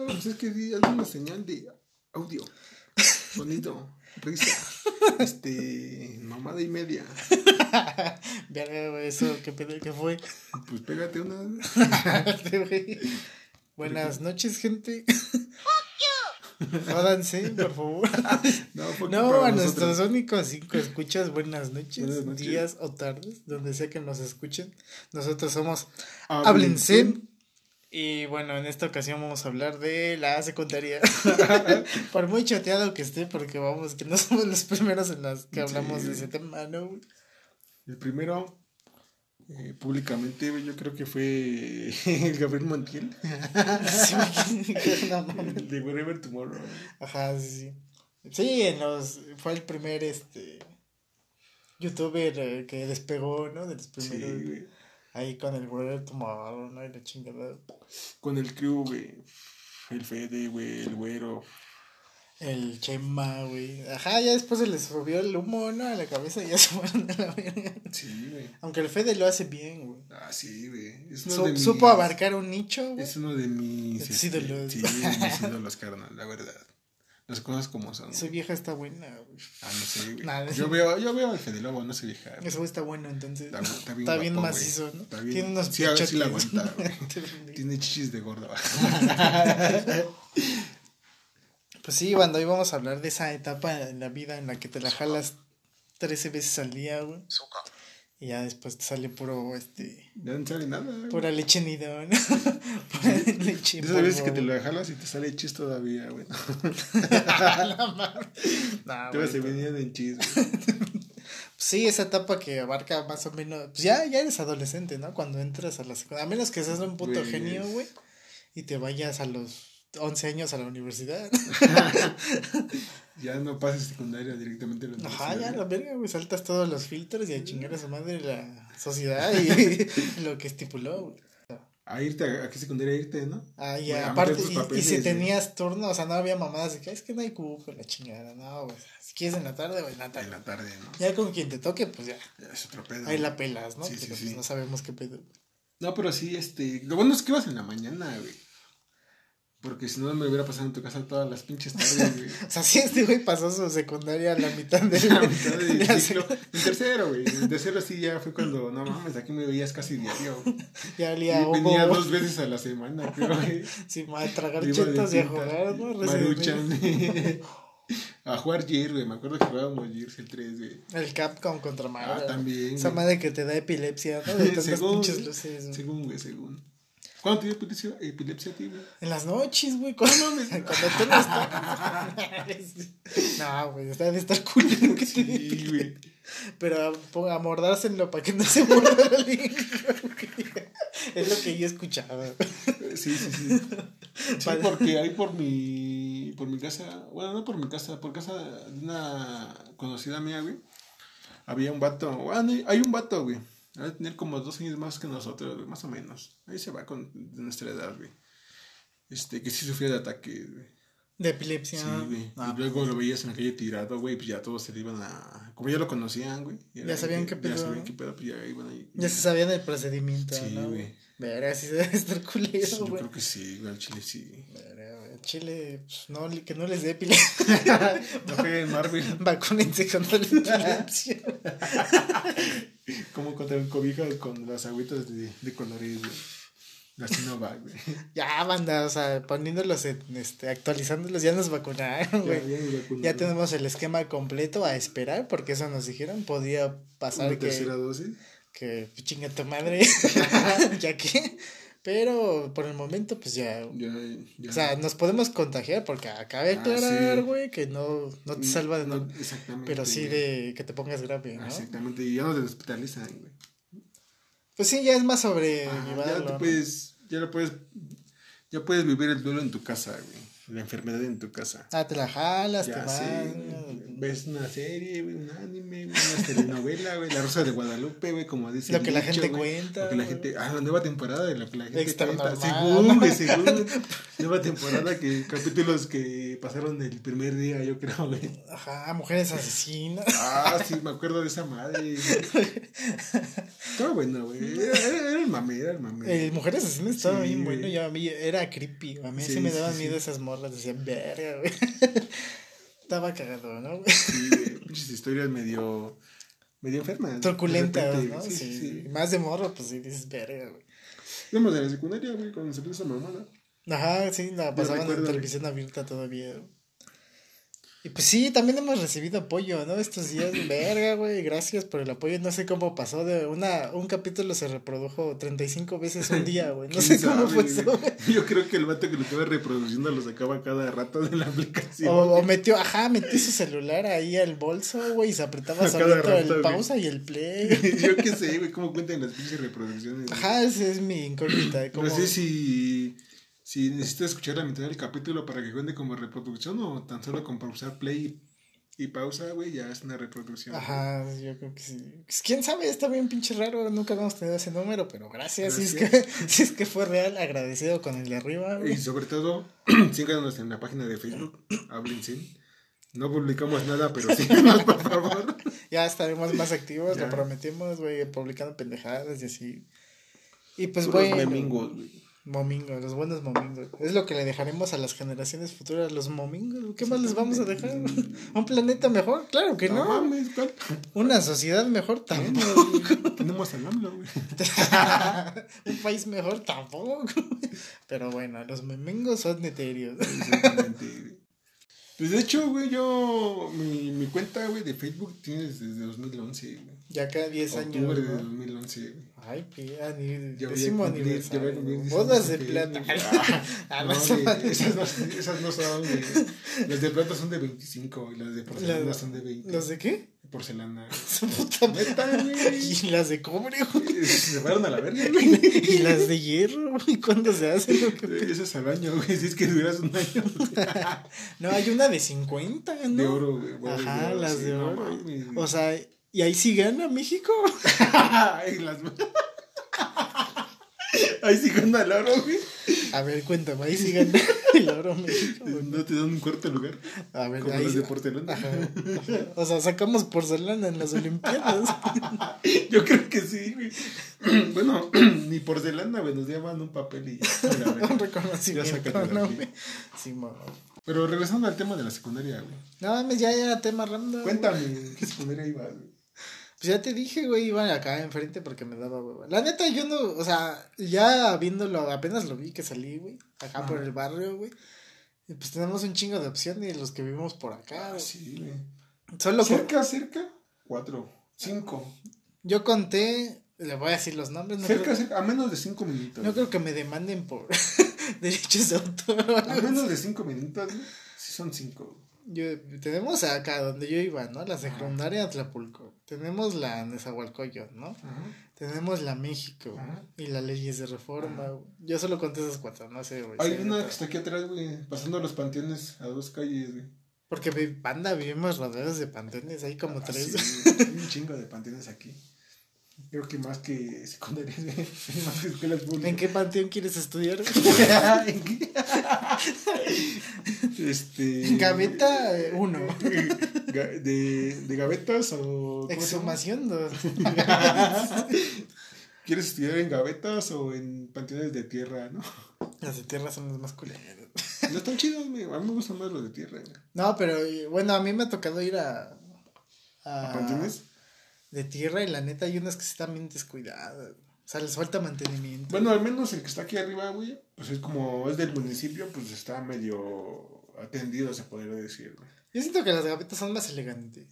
pues es que hay una señal de audio, sonido, risa, mamada y media. Verga, güey, eso, ¿qué fue? Pues pégate una. Buenas noches, gente. Jódanse, por favor. No, a nuestros únicos 5 escuchas, buenas noches, días o tardes, donde sea que nos escuchen. Nosotros somos Háblense. Y bueno, en esta ocasión vamos a hablar de la secundaria. Por muy chateado que esté, porque vamos, que no somos los primeros en los que hablamos de ese tema, ¿no? El primero, públicamente, yo creo que fue el Gabriel Montiel. De Wherever Tomorrow. Ajá, sí. Sí, fue el primer youtuber que despegó, ¿no? De los primeros. Sí, güey. Ahí con el Wherever Tomorrow, ¿no? Y la chingada. Con el crew, güey. El Fede, güey, el Güero. El Chema, güey. Ajá, ya después se les subió el humo, ¿no? A la cabeza y ya se fueron de la verga. Sí, güey. Aunque el Fede lo hace bien, güey. Ah, sí, güey. Supo abarcar un nicho, güey. Es uno de mis ídolos. Sí, mis ídolos, carnal, la verdad. Las cosas como son. Su vieja está buena, güey. Ah, no sé, güey. Nada, yo veo al Fede Lobo, no sé vieja. Eso está bueno, entonces. Está bien guapo, macizo, ¿no? Está bien. Tiene unos pichotes. Sí, la aguanta, güey. Tiene chichis de gordo. Pues sí, cuando hoy vamos a hablar de esa etapa en la vida en la que te la jalas 13 veces al día, güey. Y ya después te sale puro, Ya no sale nada, güey. Pura leche nido, ¿no? Pura leche. De esas veces que te lo jalas y te sale chis todavía, güey. Te vas a venir en chis, güey. Sí, esa etapa que abarca más o menos. Pues ya eres adolescente, ¿no? Cuando entras a la secundaria. A menos que seas un puto genio, güey. Y te vayas a los 11 años a la universidad. Ya no pasas secundaria directamente a la universidad. Ajá, ya la verga, güey. Saltas todos los filtros y a chingar a su madre la sociedad y lo que estipuló, güey. ¿A qué secundaria irte, no? Ah, ya, bueno, aparte, y si tenías turno, o sea, no había mamadas de que es que no hay cupo, la chingada, no, güey. Si quieres en la tarde, güey, en la tarde. En la tarde, ¿no? Ya con quien te toque, pues ya. Ya es otro pedo. Ahí la pelas, ¿no? Sí, porque sí. Pues no sabemos qué pedo. No, pero sí, lo bueno es que ibas en la mañana, güey. Porque si no me hubiera pasado en tu casa todas las pinches tardes, güey. O sea, sí, güey pasó su secundaria a la mitad del ciclo. En tercero, güey. En tercero sí ya fue cuando, no mames, aquí me veías casi diario. Ya olía venía 2 veces a la semana, creo, güey. Sí, a tragar chetos y a jugar, ¿no? Maruchan. A jugar Gear, güey. Me acuerdo que jugábamos Gears el 3, güey. El Capcom contra Mario. Ah, también. Esa madre que te da epilepsia, ¿no? De tantas pinches luces, güey. Según. ¿Cuándo te dio epilepsia a ti, güey? En las noches, güey. Cuando tú no estás. No, güey. Está de estar culero que sí, te güey. Pero a mordárselo para que no se muerda la lengua. Es lo que yo escuchaba. Sí. Sí, porque ahí por mi casa. Bueno, no por mi casa. Por casa de una conocida mía, güey. Había un vato. Bueno, hay un vato, güey. Va a tener como 2 años más que nosotros, güey, más o menos. Ahí se va con nuestra edad, güey. Que sí sufría de ataque, güey. De epilepsia. Sí, güey. Y luego lo veías en la calle tirado, güey, pues ya todos se le iban a... Como ya lo conocían, güey. Ya sabían qué pedo. Ya sabían qué pedo, pues ya iban ahí. Ya se sabían el procedimiento, sí, ¿no? güey. Verá, sí se debe estar culero, sí, güey. Yo creo que sí, güey, al chile sí. Verá, güey, al chile, pues, no, que no les dé epilepsia. No jueguen Marvel. Vacúnense contra la epilepsia. Como contra el cobija con las agüitas de colores, güey. La Sinovac, güey. Ya, banda, o sea, poniéndolos actualizándolos, ya nos vacunaron, güey. Ya tenemos el esquema completo a esperar, porque eso nos dijeron, podía pasar ¿Una tercera dosis? Que chinga tu madre, ya que, pero por el momento, pues ya. O sea, nos podemos contagiar, porque acaba de aclarar, güey, que no te salva de nada. Exactamente. Pero sí de que te pongas grave, ¿no? Exactamente, y ya no te hospitalizan, güey. Pues sí, ya es más sobre ya puedes vivir el duelo en tu casa, güey. La enfermedad en tu casa. Ah, te la jalas, ya te vas. Ves una serie, güey, un anime, una telenovela, güey, La Rosa de Guadalupe, güey, como dice. Lo que la gente cuenta. Lo que la gente, la nueva temporada de lo que la gente cuenta. Según. Nueva temporada, capítulos que pasaron el primer día, yo creo, güey. Ajá, mujeres asesinas. Sí, me acuerdo de esa madre. Estaba bueno, güey. Era el mame. El Mujeres Asesinas estaba bien bueno. Ya a mí era creepy. A mí sí me daban miedo esas morras. Decían, verga, güey. Estaba cagado, ¿no? Sí, güey. Muchas historias medio enfermas. Truculentas, ¿no? Sí. Más de morro, pues sí, dices, verga, güey. Íbamos de la secundaria, güey, cuando se puso esa mamada. Ajá, sí, la pasaban en televisión abierta todavía. Y pues sí, también hemos recibido apoyo, ¿no? Estos días, verga, güey, gracias por el apoyo. No sé cómo pasó de un capítulo se reprodujo 35 veces un día, güey. No sé cómo fue eso, güey. Yo creo que el vato que lo estaba reproduciendo lo sacaba cada rato de la aplicación. O metió su celular ahí al bolso, güey, y se apretaba solito el pausa y el play. Yo qué sé, güey, cómo cuentan las pinches reproducciones. Ajá, esa es mi incógnita. No sé si necesitas escuchar la mitad del capítulo para que cuente como reproducción o tan solo con pausar play y pausa, güey, ya es una reproducción. Ajá, güey. Yo creo que sí. Pues, quién sabe, está bien pinche raro, nunca habíamos tenido ese número, pero gracias. Si es que fue real, agradecido con el de arriba, güey. Y sobre todo, síganos en la página de Facebook, Hablense. No publicamos nada, pero síganos, por favor. Ya estaremos más activos, lo prometimos, güey, publicando pendejadas y así. Y pues, güey. Los memingos, güey. Momingos, los buenos momingos. Es lo que le dejaremos a las generaciones futuras, los momingos. ¿Qué más les vamos a dejar? ¿Un planeta mejor? Claro que no. Mames, una sociedad mejor tampoco. Tenemos al AMLO, güey. Un país mejor tampoco. Pero bueno, los momingos son etéreos. Exactamente. Pues de hecho, güey, mi cuenta, güey, de Facebook tiene desde 2011, güey. Ya cada 10 años. Octubre de 2011, güey. Ay, décimo aniversario. Bodas de plata. Esas no son, güey. Las de plata son de 25 y las de porcelana son de 20. ¿Las de qué? Porcelana. Su puta neta, güey. Y las de cobre, güey. Se fueron a la verga, güey. Y las de hierro, güey. ¿Cuándo se hacen? Eso es al año, güey. Si es que duras un año. No, hay una de 50, ¿no? De oro, güey. Ajá, de las de oro. No, o sea, ¿y ahí sí gana México? Ahí sí gana el oro, güey. A ver, cuéntame, ahí sí gana el oro México. ¿No te dan un cuarto lugar? A ver, como ahí los de porcelana. Ajá. O sea, sacamos porcelana en las Olimpiadas. Yo creo que sí, güey. Bueno, ni porcelana, güey. Nos llaman un papel y un reconocimiento, ¿no, güey? Sí, mamá. Pero regresando al tema de la secundaria, güey. No, ya era tema random. Cuéntame, ¿qué secundaria ibas, güey? Pues ya te dije, güey, iban acá enfrente porque me daba hueva. La neta, yo no, o sea, ya viéndolo, apenas lo vi que salí, güey, acá por el barrio, güey. Y pues tenemos un chingo de opciones los que vivimos por acá, güey. Sí, güey. Solo cerca, 4, 5. Yo conté, le voy a decir los nombres. No cerca, a menos de 5 minutos. No creo que me demanden por derechos de autor. A menos de 5 minutos, güey. Sí son 5. Tenemos acá donde yo iba, ¿no? La secundaria Atlapulco. Tenemos la Nezahualcóyotl, ¿no? Ajá. Tenemos la México. Ajá. Y la Leyes de Reforma. Ajá. Yo solo conté esas 4, no sé, güey. Hay una que está aquí atrás, güey, pasando los panteones a 2 calles, güey. Porque banda, vivimos rodeados de panteones, hay como 3. Sí, hay un chingo de panteones aquí. Creo que más que secundarias, güey. Más que escuelas públicas. ¿En qué panteón quieres estudiar? ¿En qué? Gaveta 1. ¿De gavetas o...? Exhumación 2. ¿Quieres estudiar en gavetas o en panteones de tierra, no? Las de tierra son las más culeras. No están chidos, güey. A mí me gustan más los de tierra, güey. No, pero bueno, a mí me ha tocado ir ¿A panteones? De tierra y la neta hay unas que están bien descuidadas. O sea, les falta mantenimiento. Bueno, al menos el que está aquí arriba, güey, pues es como es del municipio, pues está medio atendido, se podría decir, güey. Yo siento que las gavetas son más elegantes.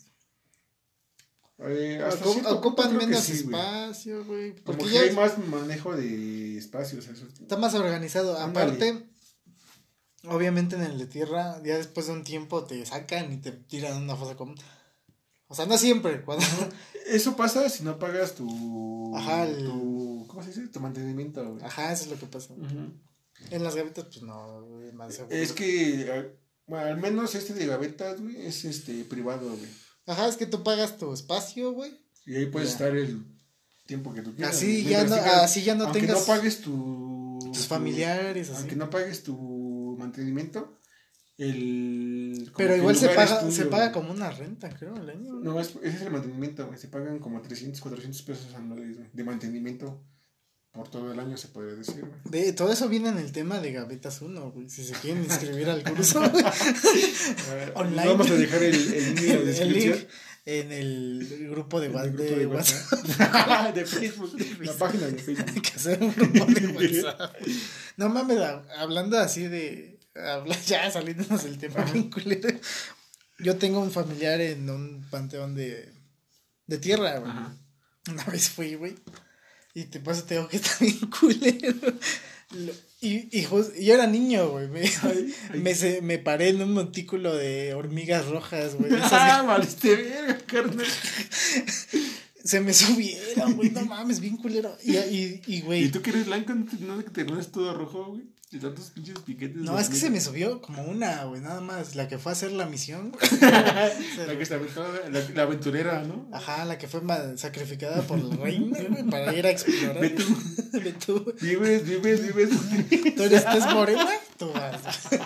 Ocupan menos espacio, güey. Como que hay más manejo de espacios. Eso. Está más organizado. Aparte, obviamente en el de tierra, ya después de un tiempo te sacan y te tiran una fosa común. O sea, no siempre. Cuando... Eso pasa si no pagas tu... Ajá, ¿cómo se dice? Tu mantenimiento, güey. Ajá, eso es lo que pasa. Uh-huh. En las gavetas, pues no, güey, más seguro. Es que, bueno, al menos de gavetas, güey, es privado, güey. Ajá, es que tú pagas tu espacio, güey. Y ahí puedes estar el tiempo que tú quieras. Así ya no aunque tengas... no pagues tus familiares, así. Aunque no pagues tu mantenimiento, Pero igual se paga como una renta, creo, al año. No, ese es el mantenimiento, güey. Se pagan como 300, 400 pesos anuales, güey, de mantenimiento por todo el año, se podría decir, güey. Todo eso viene en el tema de Gavetas 1, güey. Si se quieren inscribir al curso, güey. Online. Vamos a dejar el link en la descripción. En el grupo de WhatsApp. De Facebook. La página de Facebook. Hay que hacer un grupo de WhatsApp. No mames, hablando así de... Ya saliéndonos del tema bien culero. Yo tengo un familiar en un panteón de tierra, güey. Una vez fui, güey. Y te digo que está bien culero. Y yo era niño, güey. Me paré en un montículo de hormigas rojas, güey. Valiste verga, carnal. Se me subieron, güey. No mames, bien culero. Y güey. ¿Y tú que eres blanco? ¿No te pones todo rojo, güey? Y tantos pinches piquetes. No, es que se me subió como una, güey, nada más. La que fue a hacer la misión. La que se aventó, la aventurera, ¿no? Ajá, la que fue sacrificada por el reino, güey, para ir a explorar. Ve tú. Vives. ¿Tú eres morena? Tú vas.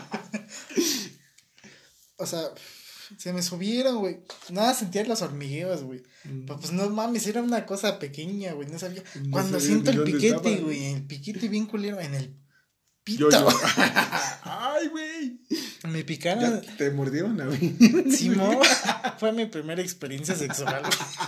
O sea, se me subieron, güey. Nada, sentía los hormigueos, güey. Pues no mames, era una cosa pequeña, güey. No sabía. Cuando siento el piquete, güey, el piquete bien culero en el pito. Ay, güey. Me picaron. Ya te mordieron a mí. Sí, mo. Fue mi primera experiencia sexual.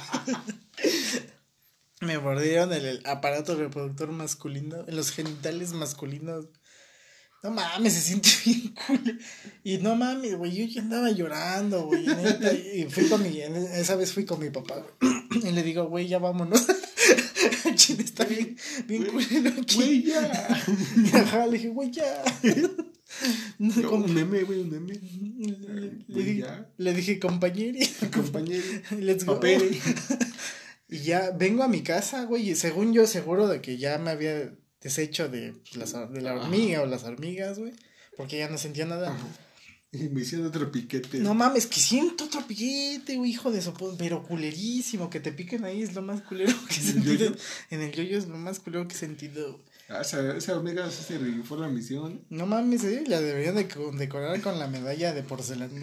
Me mordieron el aparato reproductor masculino, en los genitales masculinos. No mames, se siente bien cool. Y no mames, güey, yo ya andaba llorando, güey. Y esa vez fui con mi papá, güey. Y le digo, güey, ya vámonos. Chile está bien culero aquí. Güey, ya. Y ajá, le dije, güey, ya. No, un meme, güey, un meme. Le dije, compañeri. Let's go. Papel. Y ya vengo a mi casa, güey, y según yo, seguro de que ya me había deshecho de la hormiga o las hormigas, güey, porque ya no sentía nada. Y me hicieron otro piquete. No mames, que siento otro piquete, güey, hijo de sopo, pero culerísimo. Que te piquen ahí es lo más culero que he sentido. En el yoyo es lo más culero que he sentido. Esa hormiga se rifó la misión. No mames, la deberían de decorar con la medalla de porcelana.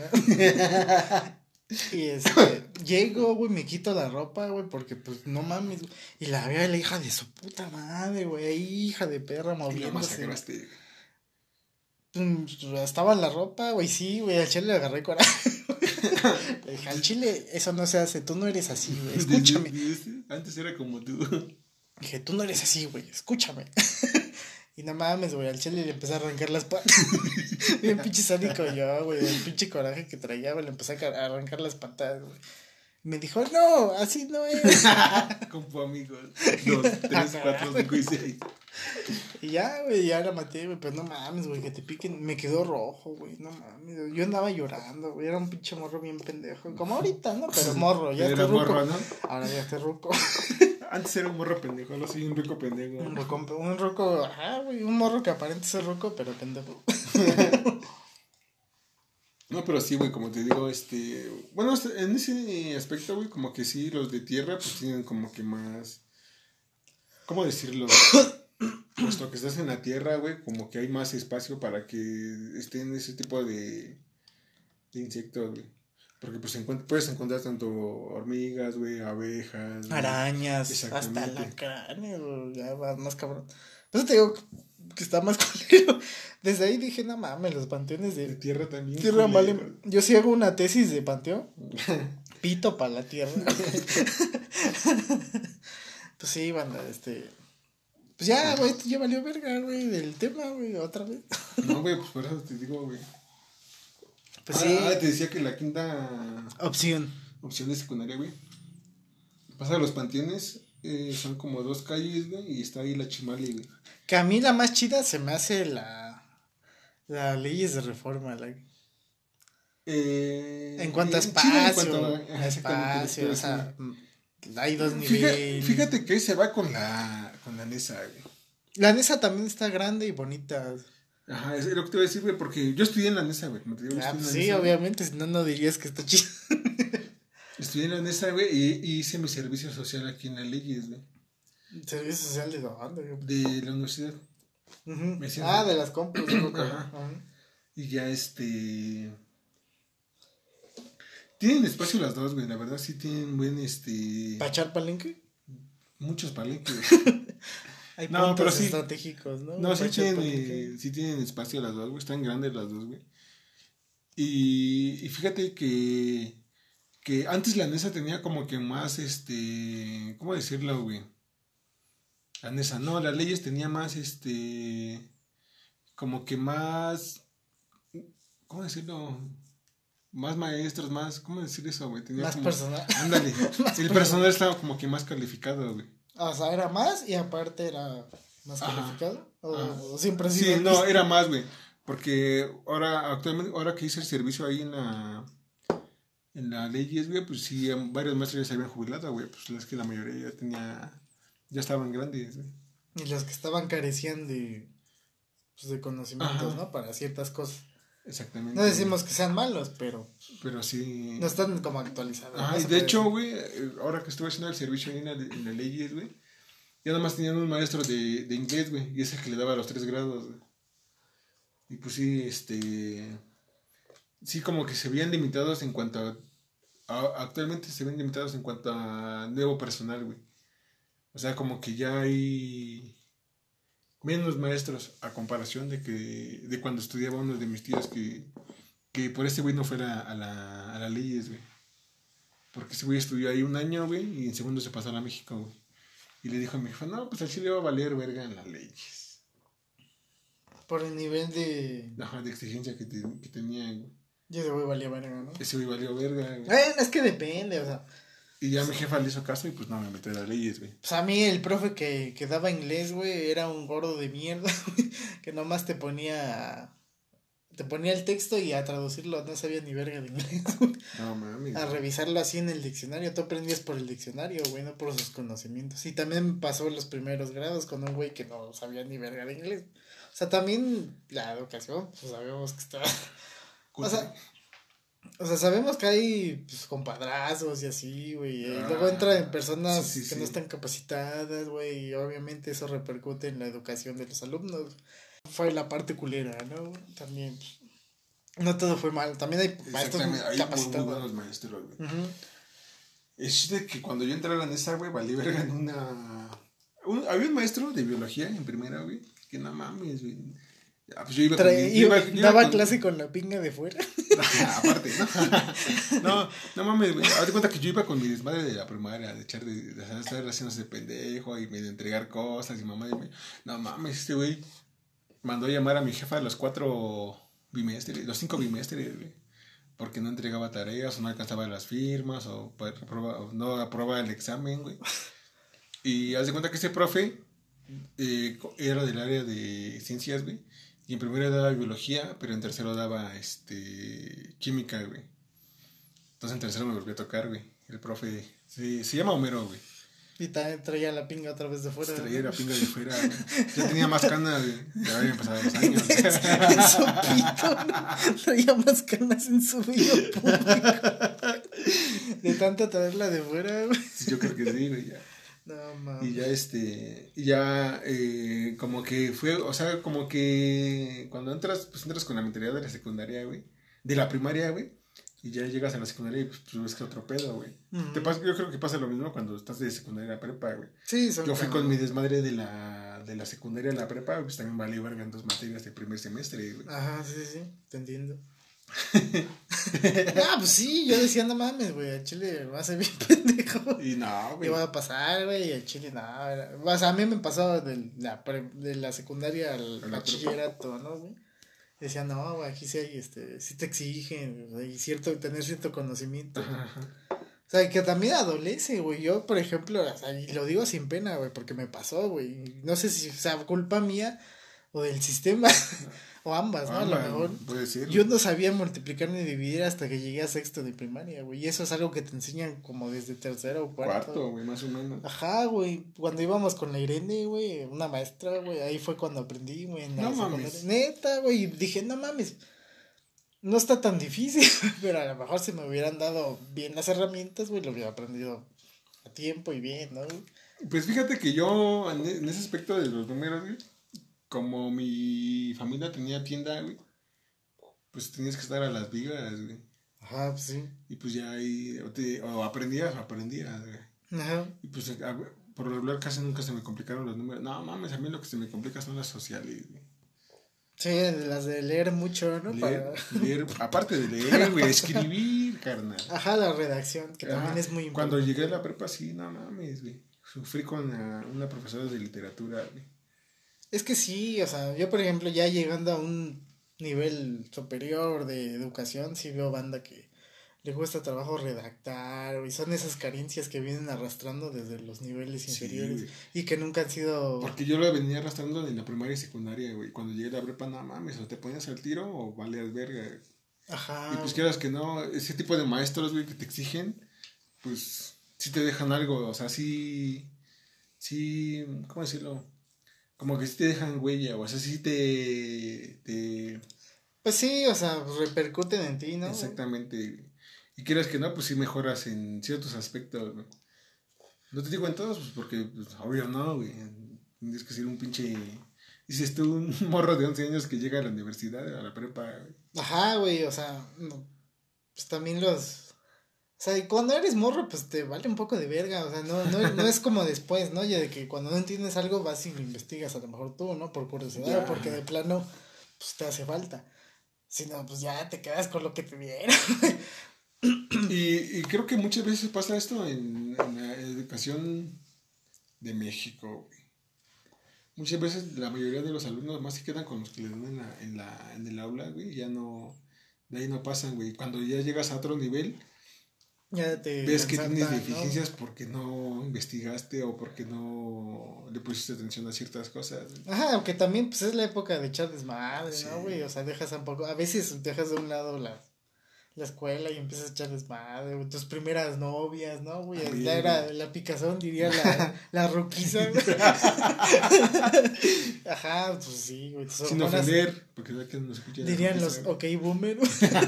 Y llego, güey, me quito la ropa, güey, porque pues no mames, güey. Y la veo a la hija de su puta madre, güey, hija de perra moviéndose. Estaba en la ropa, güey, sí, güey, al chile le agarré coraje. Le dije, al chile eso no se hace, tú no eres así, güey, escúchame. Antes era como tú. Dije, tú no eres así, güey, escúchame. Y no mames, güey, al chile le empecé a arrancar las patas. Bien pinche sádico yo, güey, el pinche coraje que traía, güey, le empecé a arrancar las patas, güey. Me dijo, no, así no es. Como amigos. 2, 3, 4, 5 y 6. Y ya, güey, ya la maté, güey, pero no mames, güey, que te piquen. Me quedó rojo, güey, no mames. Yo andaba llorando, güey, era un pinche morro bien pendejo. Como ahorita, ¿no? Pero morro, ya estoy ruco. Morro, ¿no? Ahora ya estoy ruco. Antes era un morro pendejo, ahora soy un rico pendejo. Un ruco, ajá, güey, un morro que aparenta ser ruco, pero pendejo. No, pero sí, güey, como te digo, bueno, en ese aspecto, güey, como que sí, los de tierra, pues tienen como que más, ¿cómo decirlo? Puesto que estás en la tierra, güey, como que hay más espacio para que estén ese tipo de insectos, güey. Porque pues puedes encontrar tanto hormigas, güey, abejas, arañas, hasta la carne, güey, ya va más cabrón. Por eso te digo que está más culero. Desde ahí dije, no mames, los panteones de tierra también. Tierra vale. Yo sí hago una tesis de panteón. Pito para la tierra. Pues sí, banda, pues ya, güey, ya valió verga, güey, del tema, güey, otra vez. No, güey, pues por eso te digo, güey. Pues sí. Te decía que la quinta opción de secundaria, güey. Pasa a los panteones, son como 2 calles, güey, y está ahí la Chimali, güey. Que a mí la más chida se me hace la leyes de reforma, en cuanto a espacio, espacio, o sea, hay 2 niveles. Fíjate que se va con la Nesa, güey. La Nesa también está grande y bonita. Ajá, es lo que te voy a decir, güey, porque yo estudié en la Nesa, güey. Sí, Nesa, obviamente, si no dirías que está chido. Estudié en la Nesa, güey, y hice mi servicio social aquí en las leyes, güey. ¿Servicio social de dónde, güey? De la universidad. De las compras. Ajá. Y ya tienen espacio las dos, güey. La verdad sí tienen buen ¿Para echar palenque? Muchos palenques. Hay puntos estratégicos, ¿no? No, sí tienen espacio las dos, güey. Están grandes las dos, güey. Y fíjate que antes la Nesa tenía como que más, ¿cómo decirlo, güey? La Nesa, no, las Leyes tenía más, como que más, ¿cómo decirlo? Más maestros, más, ¿cómo decir eso, güey? Tenía más como, personal. Ándale. El personal estaba como que más calificado, güey. O sea, era más y aparte era más calificado. ¿O siempre ha sido? Sí, no, era más, güey. Porque ahora que hice el servicio ahí en la Leyes, güey, pues sí, varios maestros ya se habían jubilado, güey. Pues es que la mayoría ya estaban grandes, güey. Y los que estaban carecían de conocimientos, ¿no? Para ciertas cosas. Exactamente. No decimos que sean malos, pero sí. No están como actualizados. Y de hecho, güey, ahora que estuve haciendo el servicio ahí en la Leyes, güey, ya nomás tenían un maestro de inglés, güey, y ese que le daba los 3 grados, güey. Y pues sí, sí como que se veían limitados en cuanto actualmente se ven limitados en cuanto a nuevo personal, güey. O sea, como que ya hay menos maestros a comparación de cuando estudiaba uno de mis tíos que por ese güey no fuera a la Leyes, güey. Porque ese güey estudió ahí un año, güey, y en segundo se pasó a la México, güey. Y le dijo a mi jefa, no, pues al chile va a valer verga en las Leyes. Por el nivel de exigencia que tenía, güey. Y ese güey valía verga, ¿no? Ese güey valió verga, güey. Es que depende, o sea. Y ya mi jefa le hizo caso y pues no me metió a las Leyes, güey. Pues a mí el profe que daba inglés, güey, era un gordo de mierda, güey, que nomás te ponía el texto y a traducirlo no sabía ni verga de inglés, güey. No mames. A revisarlo así en el diccionario. Tú aprendías por el diccionario, güey, no por sus conocimientos. Y también me pasó en los primeros grados con un güey que no sabía ni verga de inglés. O sea, también la educación, pues sabemos que está. O sea, sabemos que hay pues, compadrazos y así, güey. Y luego entran personas que no están capacitadas, güey. Y obviamente eso repercute en la educación de los alumnos. Fue la parte culera, ¿no? También. No todo fue mal. También hay maestros capacitados. Muy buenos maestros, güey. Es de que cuando yo entré a la NESA, güey, valí verga en había un maestro de biología en primera, güey. Que no mames, güey. Pues yo iba daba clase con la pinga de fuera. Aparte, ¿no? No mames, güey. Hazte cuenta que yo iba con mi desmadre de la primaria, de echar de estar haciéndose de pendejo y de entregar cosas y mamá. No mames, este güey mandó a llamar a mi jefa los 5 bimestres, güey. Porque no entregaba tareas o no alcanzaba las firmas o no aprobaba el examen, güey. Y haz de cuenta que ese profe era del área de ciencias, güey. Y en primero daba biología, pero en tercero daba química, güey. Entonces en tercero me volvió a tocar, güey. El profe se llama Homero, güey. Y también traía la pinga otra vez de fuera. Traía la pinga de fuera, güey. Ya tenía más canas, güey. Ya habían pasado los años. En su pito, ¿no? Traía más canas en su bello público. De tanto traerla de fuera, güey. Yo creo que sí, güey, ya. No, mames. Y ya, como que fue, o sea, como que cuando entras con la mentalidad de la secundaria, güey, de la primaria, güey, y ya llegas a la secundaria y pues ves que otro pedo, güey. Yo creo que pasa lo mismo cuando estás de secundaria a prepa, güey. Sí, yo fui con mi desmadre de la secundaria a la prepa, pues también valí verga en 2 materias de primer semestre, güey. Ajá, sí, te entiendo. Pues sí, yo decía, no mames, güey, al chile va a ser bien pendejo. Y no, güey. ¿Qué va a pasar, güey? Y al chile, no. O sea, a mí me pasó de la secundaria al bachillerato, ¿no, güey? Decía, no, güey, aquí sí hay, sí te exigen, y tener cierto conocimiento. Ajá. O sea, que también adolece, güey. Yo, por ejemplo, o sea, y lo digo sin pena, güey, porque me pasó, güey. No sé si, o sea, culpa mía o del sistema. O ambas, ¿no? A lo mejor. Puede ser. Yo no sabía multiplicar ni dividir hasta que llegué a sexto de primaria, güey. Y eso es algo que te enseñan como desde tercero o cuarto. Cuarto, güey, más o menos. Ajá, güey. Cuando íbamos con la Irene, güey, una maestra, güey, ahí fue cuando aprendí, güey. No mames. Neta, güey. Y dije, no mames. No está tan difícil, pero a lo mejor si me hubieran dado bien las herramientas, güey, lo hubiera aprendido a tiempo y bien, ¿no? Pues fíjate que yo, en ese aspecto de los números, güey, como mi familia tenía tienda, güey, pues tenías que estar a las vivas, güey. Ajá, pues sí. Y pues ya ahí, o aprendías, güey. Ajá. Y pues por lo regular casi nunca se me complicaron los números. No, mames, a mí lo que se me complica son las sociales, güey. Sí, las de leer mucho, ¿no? Leer, aparte de leer, güey, escribir, carnal. Ajá, la redacción, que también es muy importante. Cuando llegué a la prepa, sí, no mames, güey. Sufrí con una profesora de literatura, güey. Es que sí, o sea, yo por ejemplo ya llegando a un nivel superior de educación, sí veo banda que le cuesta trabajo redactar, y son esas carencias que vienen arrastrando desde los niveles inferiores, sí, y que nunca han sido... Porque yo lo venía arrastrando en la primaria y secundaria, güey. Cuando llegué a la prepa, no mames, o te ponías al tiro o valías verga. Ajá. Y pues quieras que no, ese tipo de maestros, güey, que te exigen, pues sí te dejan algo, o sea, sí, ¿cómo decirlo? Como que sí te dejan huella, o sea, sí te... Pues sí, o sea, repercuten en ti, ¿no? Exactamente. Y quieras que no, pues sí mejoras en ciertos aspectos, ¿no? No te digo en todos, pues porque, pues, obvio no, güey. Tienes que ser un pinche... Dices tú, un morro de 11 años que llega a la universidad, a la prepa, güey. Ajá, güey, o sea, no, pues también los... O sea, cuando eres morro, pues te vale un poco de verga, o sea, no es como después, ¿no? Ya de que cuando no entiendes algo vas y lo investigas a lo mejor tú, ¿no? Por curiosidad, o porque de plano, pues te hace falta. Si no, pues ya te quedas con lo que te dieron. Y creo que muchas veces pasa esto en la educación de México, güey. Muchas veces la mayoría de los alumnos más se quedan con los que les dan en el aula, güey, ya no, de ahí no pasan, güey. Cuando ya llegas a otro nivel, ya te ves que tienes deficiencias, ¿no? Porque no investigaste o porque no le pusiste atención a ciertas cosas, güey. Ajá, aunque también pues es la época de echar desmadre, sí, ¿no, güey? O sea, dejas un poco, a veces dejas de un lado la escuela y empiezas a echar desmadre, güey, tus primeras novias, ¿no, güey? Ya era la picazón, diría la ruquiza, güey. Ajá, pues sí, güey. Sin ofender, porque no que nos escuchan. Dirían los ok boomer.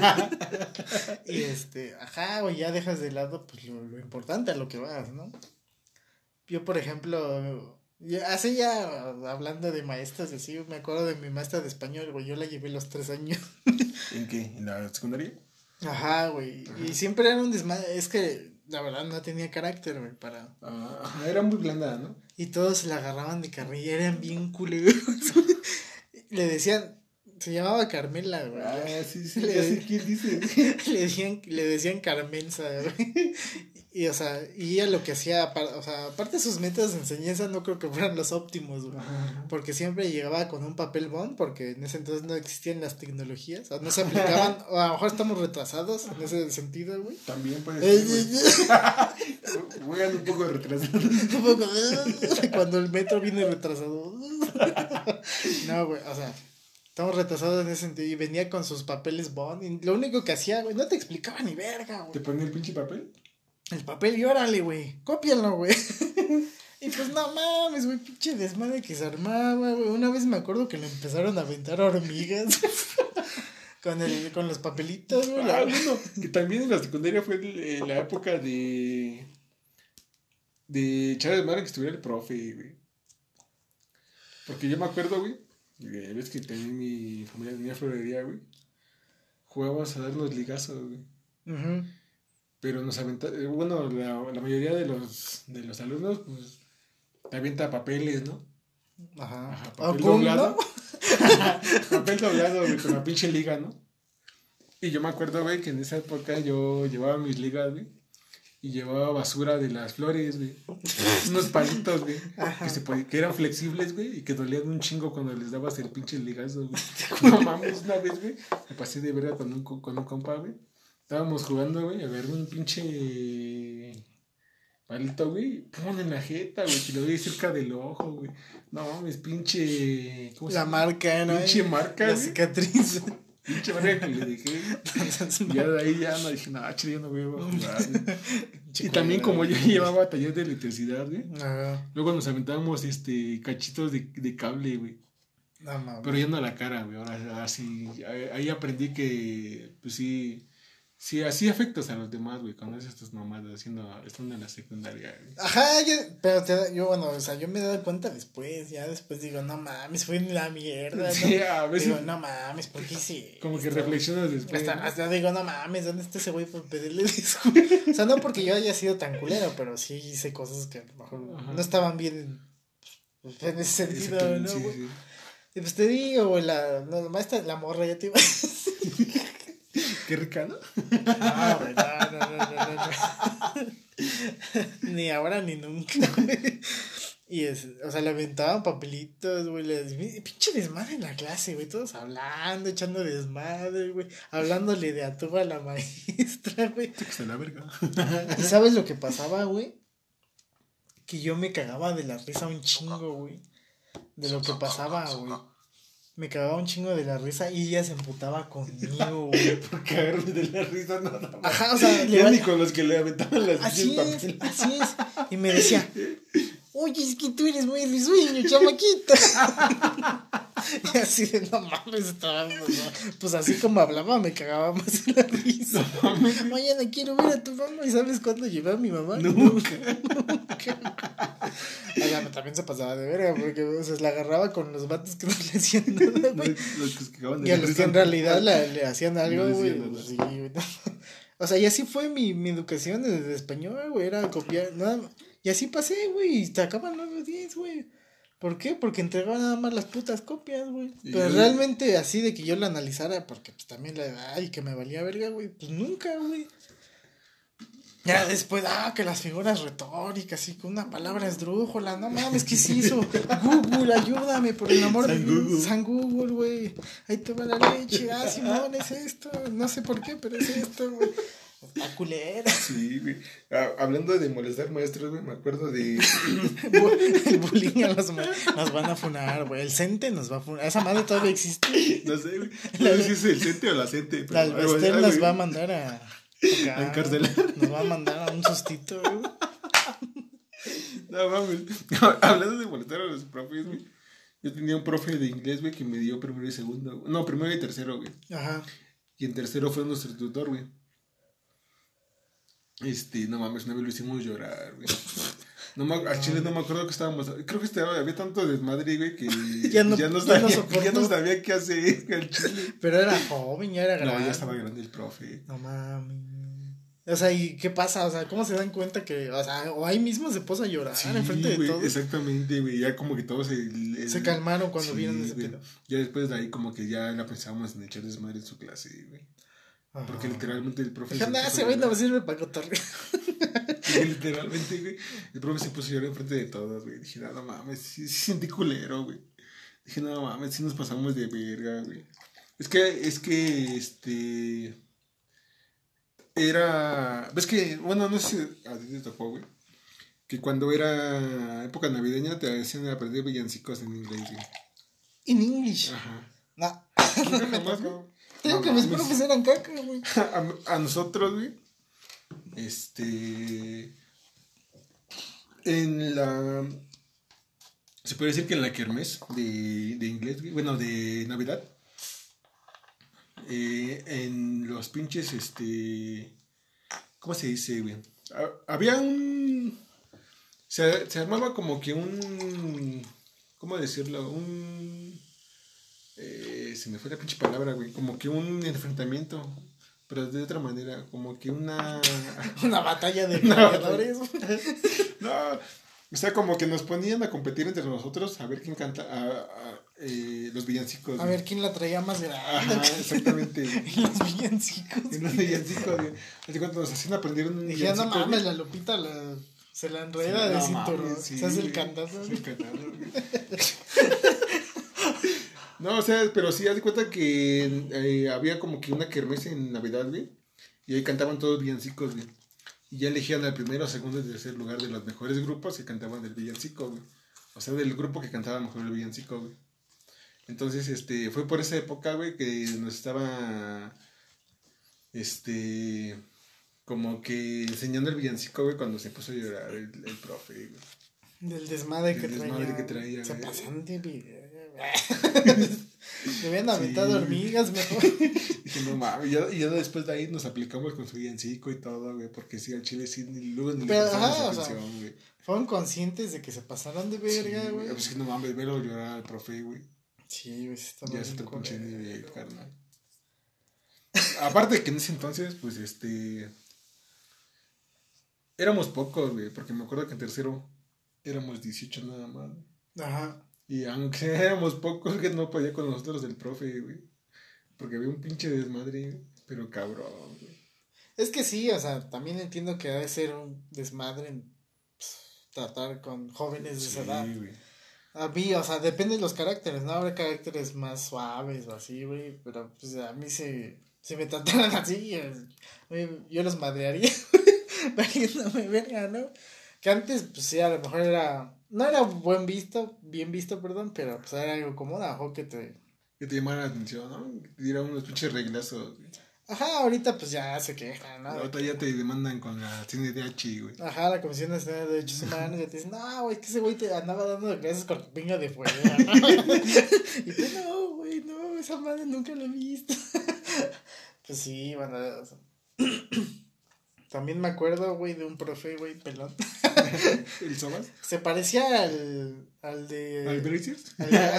Y ajá, güey, ya dejas de lado pues lo importante a lo que vas, ¿no? Yo, por ejemplo, hace ya, hablando de maestras, así, me acuerdo de mi maestra de español, güey, yo la llevé los 3 años. ¿En qué? ¿En la secundaria? Ajá, güey. Ajá. Y siempre era un desmadre. Es que la verdad no tenía carácter, güey, para. Era muy blanda, ¿no? Y todos la agarraban de carrilla, eran bien culeros. Le decían, se llamaba Carmela, güey. Sí, ¿quién dice? le decían Carmenza, güey. Y, o sea, y ella lo que hacía, o sea, aparte de sus métodos de enseñanza, no creo que fueran los óptimos, güey. Porque siempre llegaba con un papel bond, porque en ese entonces no existían las tecnologías, o no se aplicaban, o a lo mejor estamos retrasados en ese sentido, güey. También puede ser, juegan un poco retrasados. Un poco, cuando el metro viene retrasado. No, güey, o sea, estamos retrasados en ese sentido. Y venía con sus papeles bond, y lo único que hacía, güey, no te explicaba ni verga, güey. ¿Te ponía el pinche papel? El papel y órale, güey, cópialo, güey. Y pues no mames, güey, pinche desmadre que se armaba, güey. Una vez me acuerdo que le empezaron a aventar hormigas con los papelitos, güey. Bueno, que también en la secundaria fue la época de echar desmadre que estuviera el profe, güey. Porque yo me acuerdo, güey, ves que también mi familia tenía florería, güey. Jugábamos a darnos ligazos, güey. Uh-huh. Pero nos aventaron, bueno, la mayoría de los alumnos, pues, te avienta papeles, ¿no? Ajá. Papel doblado. Papel doblado, güey, con la pinche liga, ¿no? Y yo me acuerdo, güey, que en esa época yo llevaba mis ligas, güey, y llevaba basura de las flores, güey. Unos palitos, güey, que eran flexibles, güey, y que dolían un chingo cuando les dabas el pinche ligazo, güey. No mames, una vez, güey, me pasé de verga con un compa, güey. Estábamos jugando, güey, a ver un pinche palito, güey, pon en la jeta, güey, que lo doy cerca del ojo, güey. No mames, pinche... ¿Cómo se llama? Marca, ¿no? Pinche marca, la cicatriz. Pinche marca que le dejé. Y ya de ahí ya no dije, no, chile, yo no voy a jugar, güey. Y también como yo llevaba taller de electricidad, güey. Ajá. Luego nos aventábamos cachitos de cable, güey. No mames. Pero ya no a la cara, güey. Ahora sí, ahí aprendí que, pues sí... Sí, así afectas a los demás, güey, cuando haces estas mamadas estando en la secundaria, güey. Ajá, pero yo, bueno, o sea, yo me he dado cuenta después, ya después digo, no mames, fue en la mierda, ¿no? Sí, a veces. Digo, no mames, ¿por qué sí? Como que reflexionas después. Hasta digo, no mames, ¿dónde está ese güey por pedirle disculpas? O sea, no porque yo haya sido tan culero, pero sí hice cosas que a lo mejor no estaban bien en ese sentido, ¿no, güey? Sí. Y pues te digo, güey, la maestra, la morra ya te iba a decir. Qué rica, ¿no? No, güey, no. Ni ahora ni nunca, güey. Y o sea, le aventaban papelitos, güey. Pinche desmadre en la clase, güey. Todos hablando, echando desmadre, güey. Hablándole de a tuba a la maestra, güey. Se la verga. ¿Y sabes lo que pasaba, güey? Que yo me cagaba de la risa un chingo, güey. De lo que pasaba, güey. Me cagaba un chingo de la risa y ella se emputaba conmigo, güey. Por cagarme de la risa nada más. Ajá, o sea, ni con los que le aventaban las así es. Y me decía, oye, es que tú eres muy risueño, chamaquita. Y así de, no mames, estaba, pues así como hablaba, me cagaba más de la risa. No mames. Mañana quiero ver a tu mamá. ¿Y sabes cuándo llevé a mi mamá? Nunca. Oiga, también se pasaba de verga, porque o sea, la agarraba con los vatos que no le hacían nada, güey. Y a los que en realidad le hacían algo, güey. No sí, güey. O sea, y así fue mi educación desde español, güey. Era copiar, nada. Y así pasé, güey. Y te acaban 9 o 10, güey. ¿Por qué? Porque entregaban nada más las putas copias, güey. Pero realmente así de que yo la analizara, porque pues también la edad y que me valía verga, güey. Pues nunca, güey. Ya después, que las figuras retóricas y con una palabra esdrújula, no mames, ¿qué se hizo? Google, ayúdame, por el amor de Dios. San Google, güey. Ahí te va la leche. Simón, es esto. No sé por qué, pero es esto, güey. Está culera. Sí, güey. Hablando de molestar maestros, güey, me acuerdo de. El bullying nos van a funar, güey. El CENTE nos va a funar. Esa madre todavía existe. No sé, güey. No sé si es el CENTE o la CENTE. La Alvestel nos va a mandar a encarcelar. Nos va a mandar a un sustito, güey. No mames. Hablando de molestar a los profes, güey. Yo tenía un profe de inglés, güey, que me dio primero y segundo. No, primero y tercero, güey. Ajá. Y en tercero fue nuestro tutor, güey. No mames, una vez lo hicimos llorar, güey. A Chile no me acuerdo que estábamos. Creo que había tanto desmadre, güey, que ya no sabía qué hacer al Chile. Pero era joven, ya era grande. No, ya estaba grande el profe. No mames. O sea, ¿y qué pasa? O sea, ¿cómo se dan cuenta que, o sea, o ahí mismo se puso a llorar enfrente de todos? Exactamente, güey. Ya como que todos se calmaron cuando vieron ese pedo. Ya después de ahí como que ya la pensábamos en echar desmadre en su clase, güey. Porque literalmente el profe. Ese güey no me sirve para cotorrear. Literalmente, güey. El profe se puso a llorar enfrente de todos, güey. Dije, no mames, sí sentí culero, güey. Dije, no mames, sí nos pasamos de verga, güey. Es que era. ¿Ves que? Bueno, no sé si a ti te tocó, güey. Que cuando era época navideña te hacían aprender villancicos en inglés, güey. ¿En inglés? Ajá. No me tocó. Tengo que mis profes eran caca, güey. A nosotros, güey. En la. Se puede decir que en la kermés de inglés, güey. Bueno, de Navidad. En los pinches, ¿cómo se dice, güey? Había un. Se armaba como que un. ¿Cómo decirlo? Se me fue la pinche palabra, güey. Como que un enfrentamiento. Pero de otra manera, como que una batalla de gladiadores. No, o sea, como que nos ponían a competir entre nosotros a ver quién canta los villancicos. A ver quién la traía más grande. Ajá, exactamente. En los villancicos. Güey. Así cuando nos hacían aprender un villancico. Dije, no mames, la Lupita se la enreda de cinturón. Se hace el cantazo. No, o sea, pero sí, haz de cuenta que había como que una kermés en Navidad, güey. Y ahí cantaban todos villancicos, güey. Y ya elegían al primero, segundo y tercer lugar de los mejores grupos que cantaban del villancico, güey. O sea, del grupo que cantaba mejor el villancico, güey. Entonces, fue por esa época, güey, que nos estaba, como que enseñando el villancico, güey, cuando se puso a llorar el profe, güey. Del desmadre que traía. Se pasan de video. Me habían aventado hormigas, mejor. Dije, no mames, y ya después de ahí nos aplicamos con su villancico y todo, güey, porque sí, al chile sí, luego ni le prestamos atención, güey. Fueron conscientes de que se pasaron de verga, güey. Sí, pues que no mames, verlo llorar al profe, güey. Sí, güey, sí estaba ya es otro pinche nivel, carnal. Aparte de que en ese entonces, pues, éramos pocos, güey, porque me acuerdo que en tercero éramos 18 nada más. Ajá. Y aunque éramos pocos, que no podía con nosotros el profe, güey. Porque había un pinche desmadre, güey, pero cabrón, güey. Es que sí, o sea, también entiendo que debe ser un desmadre tratar con jóvenes de esa edad. Güey. A mí, o sea, depende de los caracteres, ¿no? Habrá caracteres más suaves o así, güey, pero pues a mí si me trataran así, yo los madrearía, valiéndome verga, ¿no? Que antes, pues sí, a lo mejor no era bien visto, perdón, pero pues era algo común, ajo que te llamara la atención, ¿no? Que te dieran unos pinches reglazos, güey. Ajá, ahorita pues ya se quejan, ¿no? Ahorita ya te demandan con la CNDH, güey. Ajá, la Comisión Nacional de Derechos Humanos, ya te dicen, no, güey, es que ese güey te andaba dando clases con tu pinga de fuera, ¿no? Y tú, no, güey, no, esa madre nunca la he visto. Pues sí, bueno, o sea, también me acuerdo, güey, de un profe, güey, pelón. ¿El Sobas? Se parecía al de... ¿Al Braziers?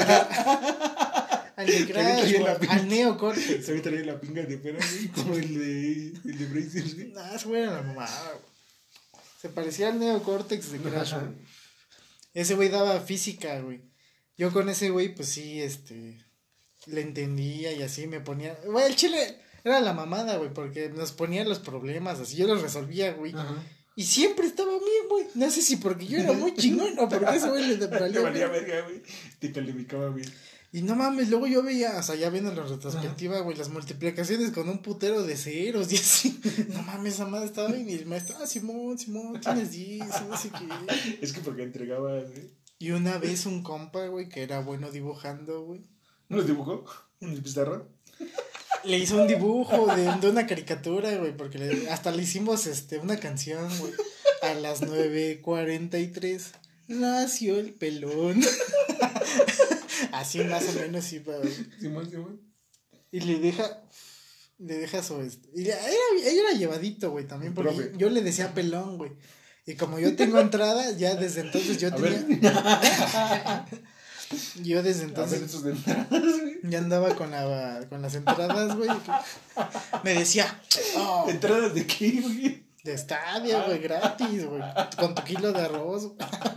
Al de Crash, al Neo Cortex. Se me traía la pinga de fuera, güey, como el de Braziers, güey. Nah, eso era la mamada, güey. Se parecía al Neo Cortex de Crash, güey. Ese güey daba física, güey. Yo con ese güey, pues sí, le entendía y así me ponía... Güey, el chile era la mamada, güey, porque nos ponía los problemas, así yo los resolvía, güey. Ajá. Y siempre estaba bien, güey. No sé si porque yo era muy chingón o porque ese güey le valía verga, güey. Te calificaba bien. Y no mames, luego yo veía, o sea, ya viendo la retrospectiva, güey, las multiplicaciones con un putero de ceros y así. No mames, esa madre estaba bien. Y el maestro, Simón, tienes 10, no sé qué. Es que porque entregaba, güey. Y una vez un compa, güey, que era bueno dibujando, güey. ¿No lo dibujó? ¿En el pizarrón? Le hizo un dibujo de una caricatura, güey, porque hasta le hicimos una canción, güey. A las 9:43 nació el pelón. Así más o menos iba, güey. Simón. Y le deja su y ella era llevadito, güey, también porque profe. Yo le decía pelón, güey. Y como yo tengo entrada, ya desde entonces yo tenía yo desde entonces ya andaba con las entradas, güey. Me decía, ¿entradas de qué, güey? De estadio, güey, gratis, güey. Con tu kilo de arroz.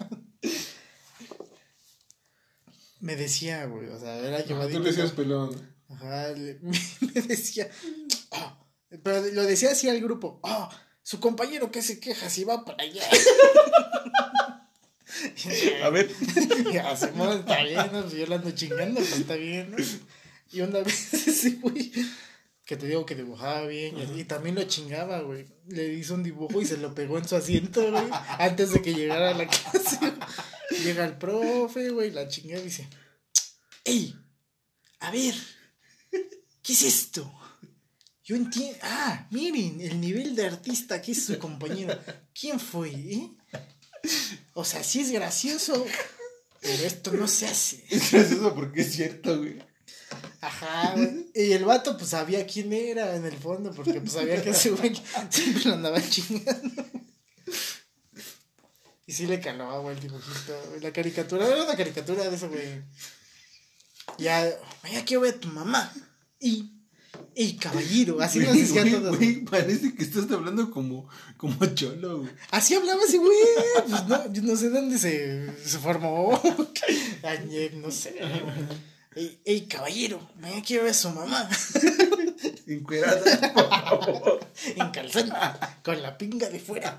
Me decía, güey, o sea, era llevadito. Tú le decías pelón. Ajá, me decía, pero lo decía así al grupo, su compañero que se queja si va para allá. A ver. Ya, Simón, está bien, ¿no? Yo lo ando chingando, pues está bien, ¿no? Y una vez ese güey, que te digo que dibujaba bien, y también lo chingaba, güey. Le hizo un dibujo y se lo pegó en su asiento, güey, antes de que llegara a la clase. Llega el profe, güey, la chingada y dice, ¡ey! A ver, ¿qué es esto? Yo entiendo. Miren, el nivel de artista que es su compañero. ¿Quién fue, O sea, sí es gracioso, pero esto no se hace. Es gracioso porque es cierto, güey. Ajá, güey. Y el vato, pues, sabía quién era en el fondo, porque, pues, sabía que ese güey siempre lo andaba chingando. Y sí le calaba, güey, el dibujito. La caricatura, era una caricatura de eso, güey. Ya quiero ver a tu mamá. Y caballero, así nos decían todos. Güey, parece que estás hablando como cholo, güey. Así hablaba ese güey. Pues no, yo no sé dónde se formó. Añek, no sé. Ey, caballero, mañana quiero ver a su mamá. Encuerada, por favor. En calzón, con la pinga de fuera.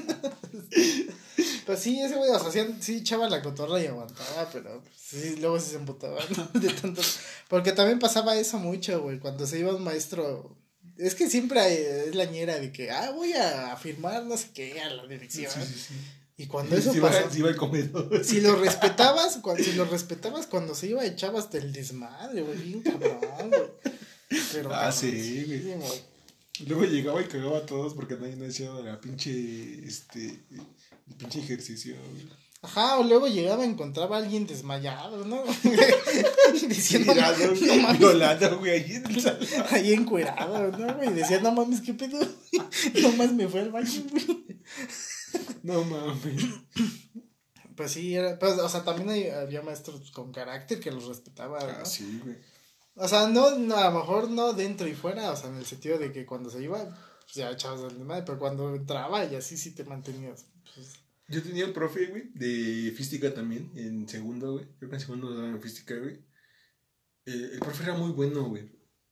Pues sí, ese güey, o sea, sí echaba la cotorra y aguantaba, pero sí, luego sí se emputaba, ¿no? De tanto. Porque también pasaba eso mucho, güey, cuando se iba un maestro. Es que siempre es la ñera de que, voy a firmar no sé qué a la dirección. Sí. Y cuando eso pasó, iba al comedor. Si lo respetabas, cuando se iba echaba hasta el desmadre, güey, bien cabrón, güey. Pero, sí, güey. Luego llegaba y cagaba a todos porque nadie hacía la pinche, el pinche ejercicio, güey. Ajá, o luego llegaba, encontraba a alguien desmayado, ¿no? Diciendo, tirado, no mames. Violado, güey, ahí en el salón. Ahí encuerado, ¿no, güey? Decía, no mames, ¿qué pedo? Nomás me fue al baño, güey. No mames. Pues sí, era, pues, o sea, también había maestros con carácter que los respetaba, ¿no? Ah, sí, güey. O sea, no, a lo mejor no dentro y fuera, o sea, en el sentido de que cuando se iba, pues ya echabas al desmadre, pero cuando entraba y así sí te mantenías, pues... Yo tenía un profe, güey, de física también, en segundo, güey. Creo que en segundo daban física, güey. El profe era muy bueno, güey.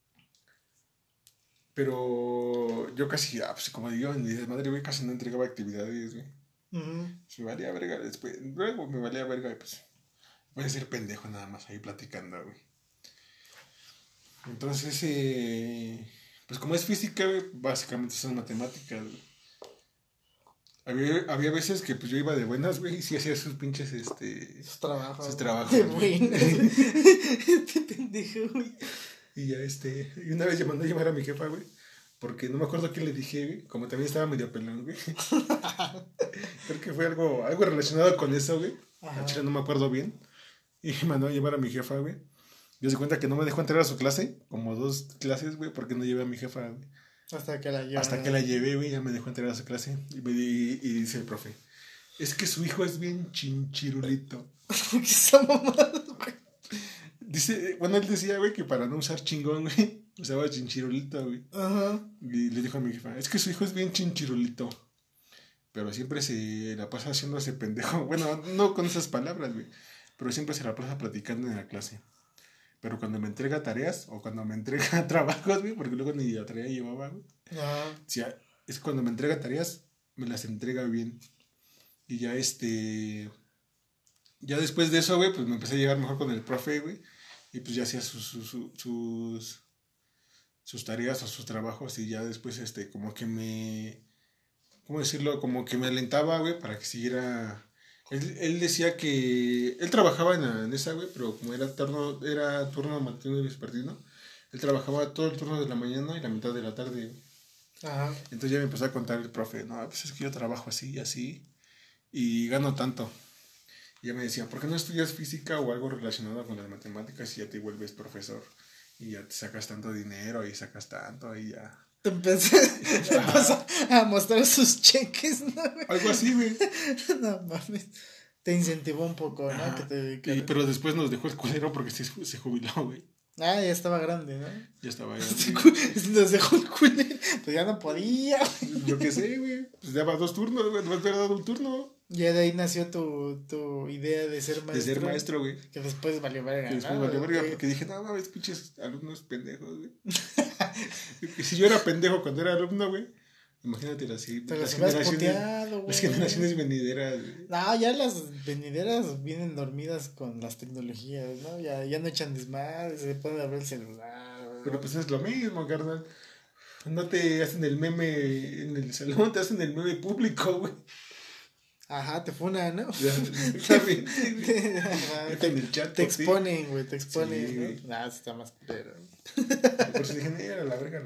Pero yo casi, pues como digo, en mi desmadre, güey, casi no entregaba actividades, güey. Me valía verga después. Luego me valía verga y pues voy a ser pendejo nada más ahí platicando, güey. Entonces, pues como es física, güey, básicamente son matemáticas, güey. Había veces que pues yo iba de buenas, güey, y sí hacía sus pinches, Sus trabajos. Sus trabajos. De buenas. Este pendejo, güey. Y ya, y una vez mandé a llamar a mi jefa, güey, porque no me acuerdo qué le dije, güey, como también estaba medio pelón, güey. Creo que fue algo relacionado con eso, güey. Al chile no me acuerdo bien. Y me mandó a llamar a mi jefa, güey. Yo se cuenta que no me dejó entrar a su clase, como 2 clases, güey, porque no llevé a mi jefa, güey. Hasta que la llevé. Hasta que la llevé, güey, ya me dejó entrar a su clase. Y dice el profe, es que su hijo es bien chinchirulito. ¿Qué está mamado, güey? Dice, bueno, él decía, güey, que para no usar chingón, güey, usaba chinchirulito, güey. Ajá. Y le dijo a mi jefa, es que su hijo es bien chinchirulito. Pero siempre se la pasa haciendo ese pendejo. Bueno, no con esas palabras, güey. Pero siempre se la pasa platicando en la clase. Pero cuando me entrega tareas o cuando me entrega trabajos, güey, porque luego ni la tarea llevaba, güey. Es cuando me entrega tareas, me las entrega bien. Y ya ya después de eso, güey, pues me empecé a llevar mejor con el profe, güey. Y pues ya hacía sus tareas o sus trabajos y ya después, como que ¿cómo decirlo? Como que me alentaba, güey, para que siguiera. Él decía que él trabajaba en esa, güey, pero como era turno matutino y vespertino, él trabajaba todo el turno de la mañana y la mitad de la tarde. Ajá. Entonces ya me empezó a contar el profe, no, pues es que yo trabajo así y así y gano tanto. Y ya me decía, ¿por qué no estudias física o algo relacionado con las matemáticas y ya te vuelves profesor? Y ya te sacas tanto dinero y sacas tanto y ya. Te empezó a mostrar sus cheques, ¿no, güey? Algo así, güey. No mames. Te incentivó un poco, ¿no? Que te dedicaras. Pero después nos dejó el culero porque se jubiló, güey. Ah, ya estaba grande, ¿no? Ya estaba grande. Nos dejó el culero. Pues ya no podía. Yo qué sé, güey. Pues daba 2 turnos, güey. No me hubiera dado un turno. Ya de ahí nació tu idea de ser maestro. De ser maestro, güey. Que después valió verga. Después valió verga porque dije, no mames, pinches alumnos pendejos, güey. Si yo era pendejo cuando era alumno, güey. Imagínate las generaciones venideras, güey. No, ya las venideras vienen dormidas con las tecnologías, ¿no? Ya no echan desmadre, se pueden abrir el celular. Pero pues es lo mismo, carnal. No te hacen el meme en el salón, te hacen el meme público, güey. Ajá, te funan, ¿no? En el chat. Te exponen, güey, te exponen, sí, ¿no? Nah, está más culero. Por eso dije, era la verga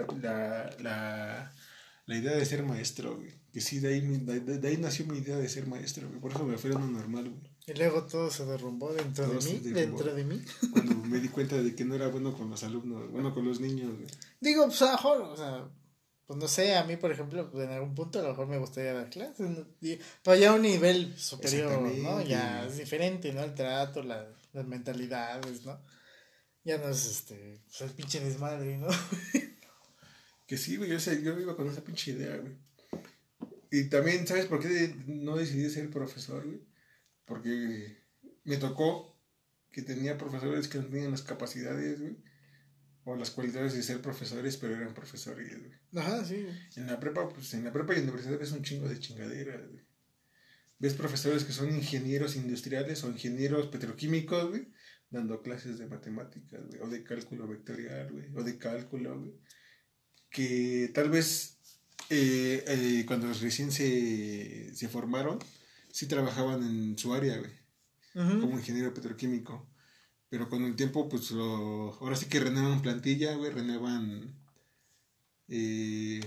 la idea de ser maestro, güey. Que sí, de ahí nació mi idea de ser maestro, güey. Por eso me fui a uno normal, güey. Y luego todo se derrumbó dentro de mí. Cuando me di cuenta de que no era bueno con los alumnos, bueno con los niños, güey. Digo, pues a lo mejor, o sea, pues no sé, a mí, por ejemplo, pues en algún punto a lo mejor me gustaría dar clases, ¿no? Pero ya a un nivel superior, ¿no? Ya es diferente, ¿no? El trato, las mentalidades, ¿no? Ya no es pues el pinche desmadre, ¿no? Que sí, güey, yo iba con esa pinche idea, güey. Y también, ¿sabes por qué no decidí ser profesor, güey? Porque me tocó que tenía profesores que no tenían las capacidades, güey, o las cualidades de ser profesores, pero eran profesores, güey. Ajá, sí. En la prepa y en la universidad ves un chingo de chingaderas, güey. Ves profesores que son ingenieros industriales o ingenieros petroquímicos, güey, dando clases de matemáticas, güey, o de cálculo vectorial, güey, o de cálculo, güey. Que tal vez cuando recién se formaron, sí trabajaban en su área, güey, como ingeniero petroquímico. Pero con el tiempo, pues ahora sí que renuevan plantilla, güey, renuevan.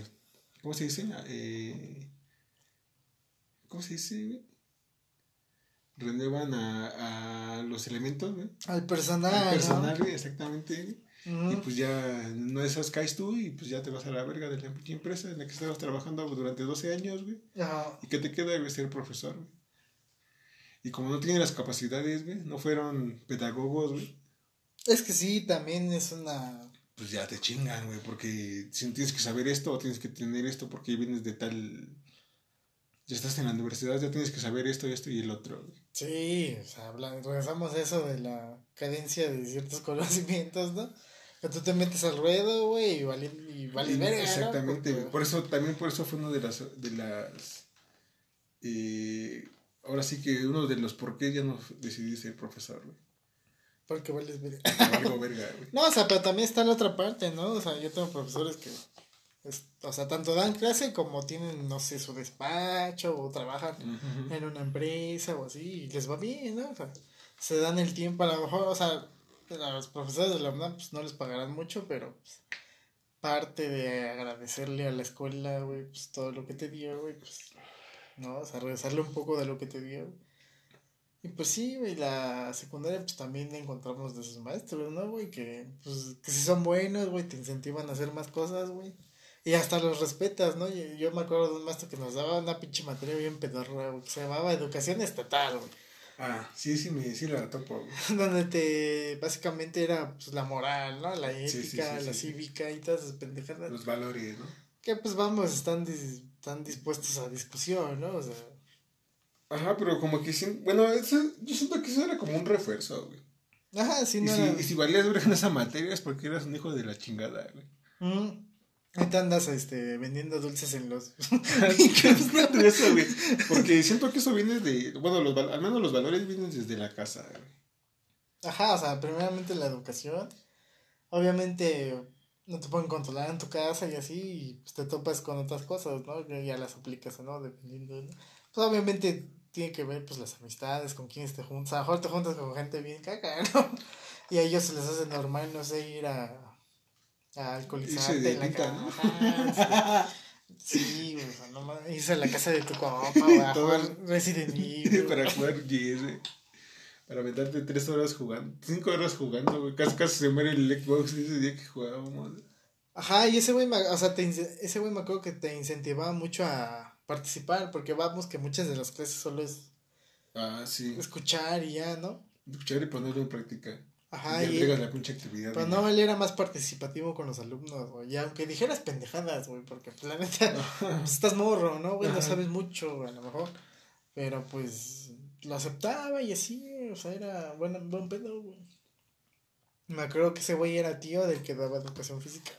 ¿Cómo se dice? ¿Cómo se dice, güey? renuevan a los elementos, güey. Al personal. Al personal, güey, exactamente, güey. Y pues ya no esas caes tú y pues ya te vas a la verga de la pinche empresa en la que estabas trabajando durante 12 años, güey. Ajá. ¿Y qué te queda, güey? Ser profesor, güey. Y como no tienen las capacidades, güey, no fueron pedagogos, güey. Es que sí, también es una... Pues ya te chingan, güey, porque si tienes que saber esto o tienes que tener esto porque vienes de tal... Ya estás en la universidad, ya tienes que saber esto y el otro, güey. Sí, o sea, regresamos a eso de la cadencia de ciertos conocimientos, ¿no? Que tú te metes al ruedo, güey, y vale verga, exactamente, ¿no? Porque... por eso fue uno de las ahora sí que uno de los por qué ya no decidí ser profesor, güey. Porque vales verga. Algo verga, güey. No, o sea, pero también está la otra parte, ¿no? O sea, yo tengo profesores que, o sea, tanto dan clase como tienen, no sé, su despacho o trabajan en una empresa o así y les va bien, ¿no? O sea, se dan el tiempo, a lo mejor, o sea, los profesores de la UNAM pues no les pagarán mucho, pero pues, parte de agradecerle a la escuela, güey, pues todo lo que te dio, güey, pues, ¿no? O sea, regresarle un poco de lo que te dio, güey. Y pues sí, güey, la secundaria pues también encontramos de esos maestros, ¿no, güey? Pues, que si son buenos, güey, te incentivan a hacer más cosas, güey. Y hasta los respetas, ¿no? Yo me acuerdo de un maestro que nos daba una pinche materia bien pedorra, güey, que se llamaba Educación Estatal, güey. Ah, sí la topo, güey. Donde básicamente era pues la moral, ¿no? La ética, la cívica y todas esas pendejadas. Los valores, ¿no? Que pues vamos, están dispuestos a discusión, ¿no? O sea... Ajá, pero como que bueno, yo siento que eso era como un refuerzo, güey. Ajá, sí, no. Y si valías ver en esa materia es porque eras un hijo de la chingada, güey. Ahorita andas vendiendo dulces en los... eso, güey. Porque siento que eso viene de... Bueno, al menos los valores vienen desde la casa, güey. Ajá, o sea, primeramente la educación. Obviamente no te pueden controlar en tu casa y así, y pues te topas con otras cosas, ¿no? Que ya las aplicas, ¿no? Dependiendo, ¿no? Pues obviamente tiene que ver pues las amistades, con quienes te juntas. A lo mejor te juntas con gente bien caca, ¿no? Y a ellos se les hace normal, no sé, ir a alcoholizarte en la casa. Sí, güey, o sea, no mames, irse a la casa de tu compa, güey, a jugar Resident Evil. Para jugar Gears, güey. Para meterte 3 horas jugando, 5 horas jugando, güey. Casi se muere el Xbox ese día que jugábamos. Ajá, y ese güey, o sea, ese güey me acuerdo que te incentivaba mucho a participar, porque vamos que muchas de las clases solo es escuchar y ya, ¿no? Escuchar y ponerlo en práctica. Ajá, y entregas la pinche actividad. Pero no, él era más participativo con los alumnos, güey. Y aunque dijeras pendejadas, güey, porque pues, la neta, pues, estás morro, ¿no, güey? No sabes mucho, güey, a lo mejor. Pero pues lo aceptaba y así, güey. O sea, era buen pedo, güey. Me acuerdo que ese güey era tío del que daba educación física.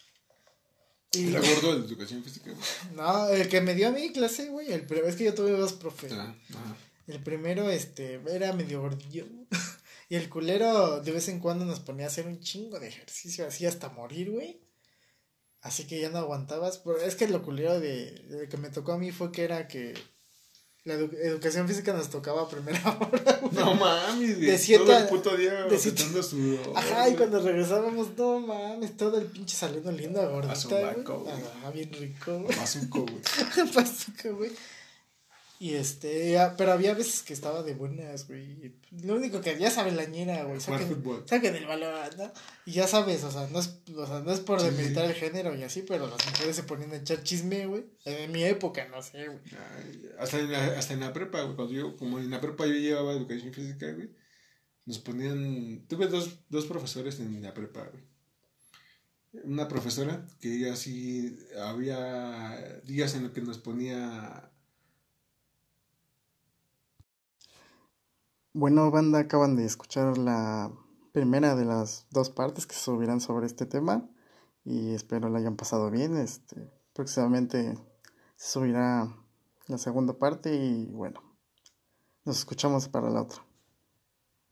¿Era gordo de educación física? No, el que me dio a mí clase, güey. Es que yo tuve 2 profes. El primero, era medio gordillo. Y el culero de vez en cuando nos ponía a hacer un chingo de ejercicio, así hasta morir, güey. Así que ya no aguantabas. Pero es que lo culero de que me tocó a mí fue que era que la educación física nos tocaba a primera hora, güey. No mames, güey. De 7 todo el puto día su... Ajá, y cuando regresábamos, no mames, todo el pinche saliendo lindo a gordita, güey. Ajá, bien rico, güey. Pazuco, güey. Pazuco, güey. Y pero había veces que estaba de buenas, güey. Lo único que ya sabe la ñera, güey. Saquen el balón, ¿no? Y ya sabes, o sea, no es por demeritar el género y así, pero las mujeres se ponían a echar chisme, güey. En mi época, no sé, güey. Hasta en la prepa, güey. Como en la prepa yo llevaba educación física, güey. Nos ponían. Tuve dos profesores en la prepa, güey. Una profesora que ella sí. Había días en los que nos ponía. Bueno, banda, acaban de escuchar la primera de las 2 partes que se subirán sobre este tema y espero la hayan pasado bien. Próximamente se subirá la segunda parte y bueno, nos escuchamos para la otra.